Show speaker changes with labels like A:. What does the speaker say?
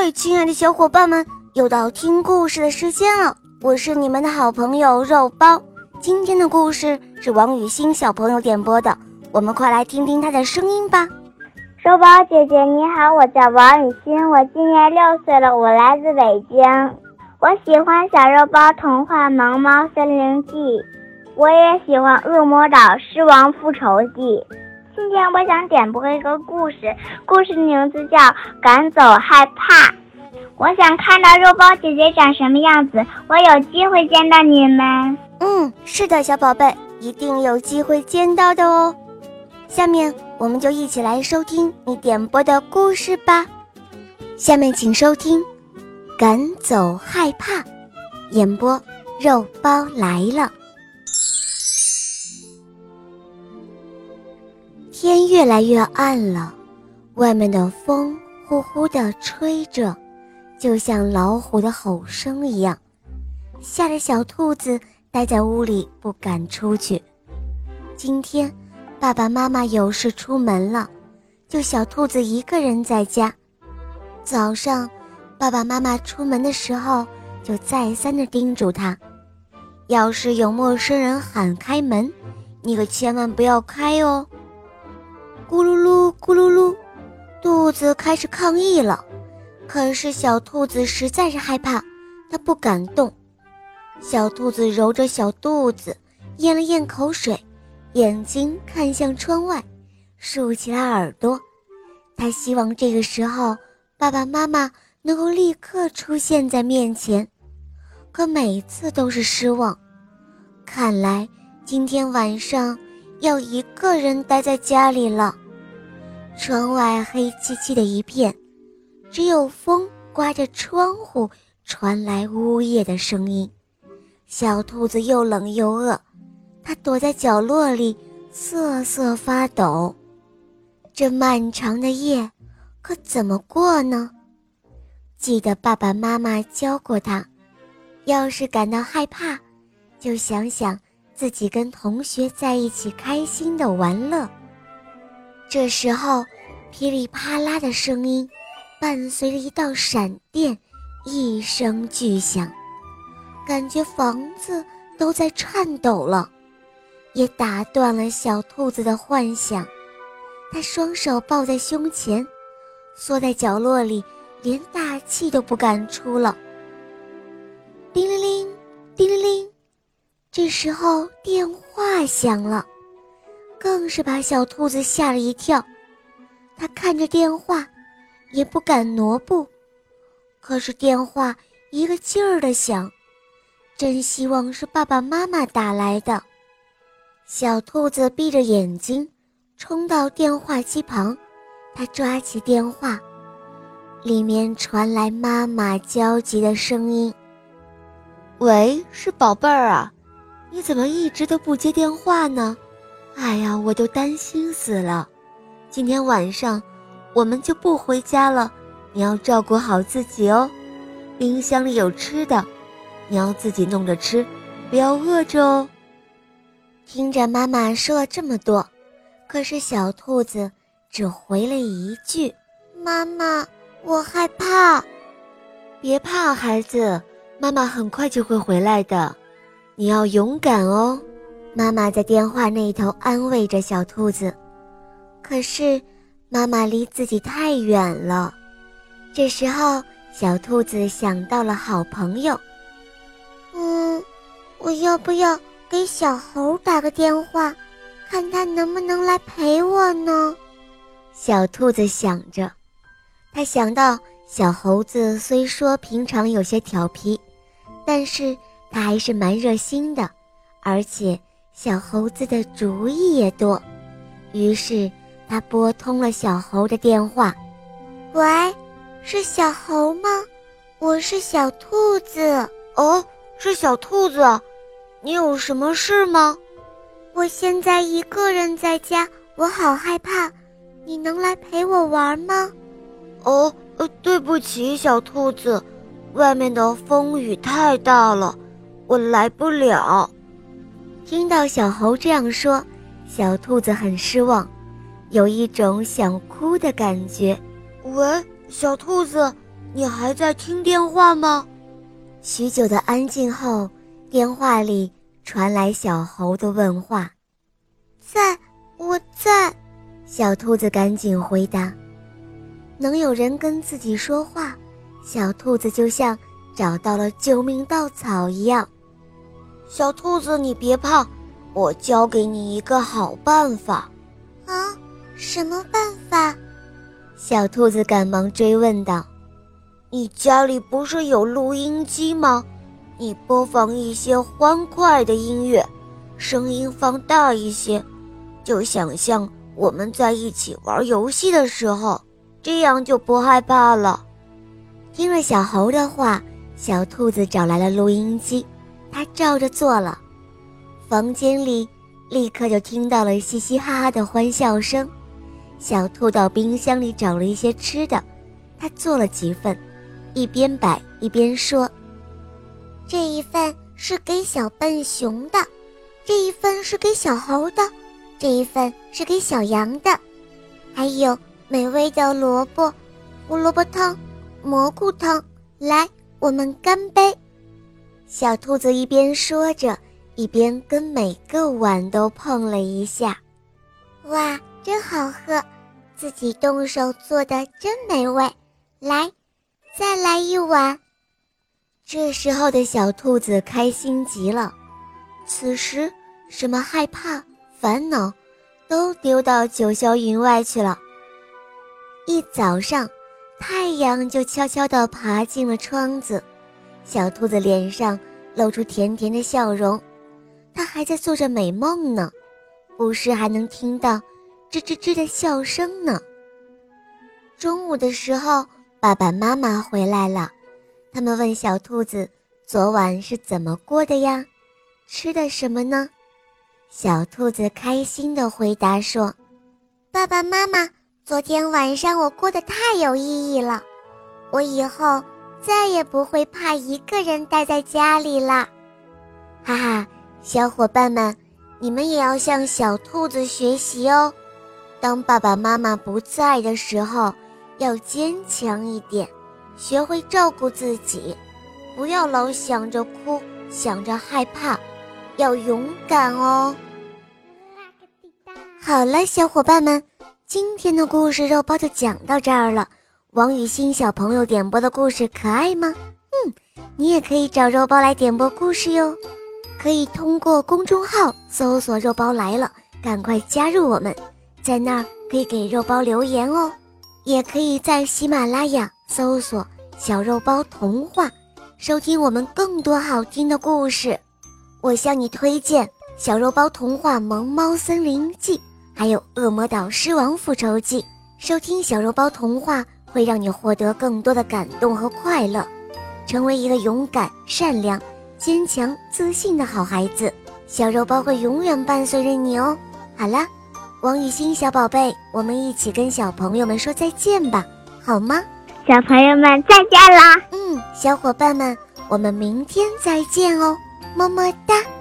A: 嗨，亲爱的小伙伴们，又到听故事的时间了，我是你们的好朋友肉包。今天的故事是王雨欣小朋友点播的，我们快来听听他的声音吧。
B: 肉包姐姐你好，我叫王雨欣，我今年6岁了，我来自北京。我喜欢小肉包童话《萌猫森林记》，我也喜欢恶魔岛狮王复仇记。今天我想点播一个故事，故事名字叫赶走害怕。我想看到肉包姐姐长什么样子，我有机会见到你们。
A: 是的，小宝贝，一定有机会见到的哦。下面我们就一起来收听你点播的故事吧。下面请收听赶走害怕，演播肉包来了。天越来越暗了，外面的风呼呼地吹着，就像老虎的吼声一样，吓得小兔子待在屋里不敢出去。今天爸爸妈妈有事出门了，就小兔子一个人在家。早上爸爸妈妈出门的时候就再三地叮嘱他，要是有陌生人喊开门，你可千万不要开哦。咕噜噜咕噜噜，肚子开始抗议了，可是小兔子实在是害怕，它不敢动。小兔子揉着小肚子，咽了咽口水，眼睛看向窗外，竖起了耳朵。它希望这个时候爸爸妈妈能够立刻出现在面前，可每次都是失望。看来今天晚上要一个人待在家里了。窗外黑漆漆的一片，只有风刮着窗户传来呜咽的声音。小兔子又冷又饿，它躲在角落里瑟瑟发抖。这漫长的夜可怎么过呢？记得爸爸妈妈教过他，要是感到害怕，就想想自己跟同学在一起开心的玩乐。这时候噼里啪啦的声音伴随着一道闪电，一声巨响，感觉房子都在颤抖了，也打断了小兔子的幻想。它双手抱在胸前，缩在角落里，连大气都不敢出了。叮铃铃，叮铃铃，这时候电话响了，更是把小兔子吓了一跳。他看着电话，也不敢挪步，可是电话一个劲儿地响，真希望是爸爸妈妈打来的。小兔子闭着眼睛冲到电话机旁，他抓起电话，里面传来妈妈焦急的声音：喂，是宝贝儿啊，你怎么一直都不接电话呢？哎呀，我都担心死了。今天晚上我们就不回家了，你要照顾好自己哦。冰箱里有吃的，你要自己弄着吃，不要饿着哦。听着妈妈说了这么多，可是小兔子只回了一句：妈妈，我害怕。别怕孩子，妈妈很快就会回来的，你要勇敢哦。妈妈在电话那头安慰着小兔子，可是妈妈离自己太远了。这时候小兔子想到了好朋友，我要不要给小猴打个电话，看他能不能来陪我呢？小兔子想着，他想到小猴子虽说平常有些调皮，但是他还是蛮热心的，而且小猴子的主意也多。于是他拨通了小猴的电话。喂，是小猴吗？我是小兔子。哦，是小兔子，你有什么事吗？我现在一个人在家，我好害怕，你能来陪我玩吗？对不起，小兔子，外面的风雨太大了，我来不了。听到小猴这样说，小兔子很失望，有一种想哭的感觉。喂，小兔子，
C: 你还在听电话吗？
A: 许久的安静后，电话里传来小猴的问话。
C: 在，我在。
A: 小兔子赶紧回答。能有人跟自己说话，小兔子就像找到了救命稻草一样。
C: 小兔子，你别怕，我教给你一个好办法。
A: 啊，什么办法？小兔子赶忙追问道。
C: 你家里不是有录音机吗？你播放一些欢快的音乐，声音放大一些，就想象我们在一起玩游戏的时候，这样就不害怕了。
A: 听了小猴的话，小兔子找来了录音机，它照着做了。房间里立刻就听到了嘻嘻哈哈的欢笑声。小兔到冰箱里找了一些吃的，它做了几份，一边摆一边说：这一份是给小笨熊的，这一份是给小猴的，这一份是给小羊的，还有美味的萝卜、胡萝卜汤、蘑菇汤，来，我们干杯。小兔子一边说着，一边跟每个碗都碰了一下。哇，真好喝，自己动手做的真美味，来，再来一碗。这时候的小兔子开心极了，此时什么害怕、烦恼都丢到九霄云外去了。一早上，太阳就悄悄地爬进了窗子，小兔子脸上露出甜甜的笑容，它还在做着美梦呢，不时还能听到吱吱吱的笑声呢。中午的时候，爸爸妈妈回来了，他们问小兔子昨晚是怎么过的呀？吃的什么呢？小兔子开心地回答说：爸爸妈妈，昨天晚上我过得太有意义了，我以后再也不会怕一个人待在家里了。哈哈，小伙伴们，你们也要向小兔子学习哦。当爸爸妈妈不在的时候，要坚强一点，学会照顾自己，不要老想着哭，想着害怕，要勇敢哦。好了，小伙伴们，今天的故事肉包就讲到这儿了。王雨欣小朋友点播的故事可爱吗？你也可以找肉包来点播故事哟。可以通过公众号搜索肉包来了，赶快加入我们，在那儿可以给肉包留言哦。也可以在喜马拉雅搜索小肉包童话，收听我们更多好听的故事。我向你推荐小肉包童话萌猫森林记，还有恶魔岛狮王复仇记。收听小肉包童话会让你获得更多的感动和快乐，成为一个勇敢、善良、坚强、自信的好孩子。小肉包会永远伴随着你哦。好了，王雨欣小宝贝，我们一起跟小朋友们说再见吧，好吗？
B: 小朋友们再见啦！
A: 小伙伴们，我们明天再见哦，么么哒。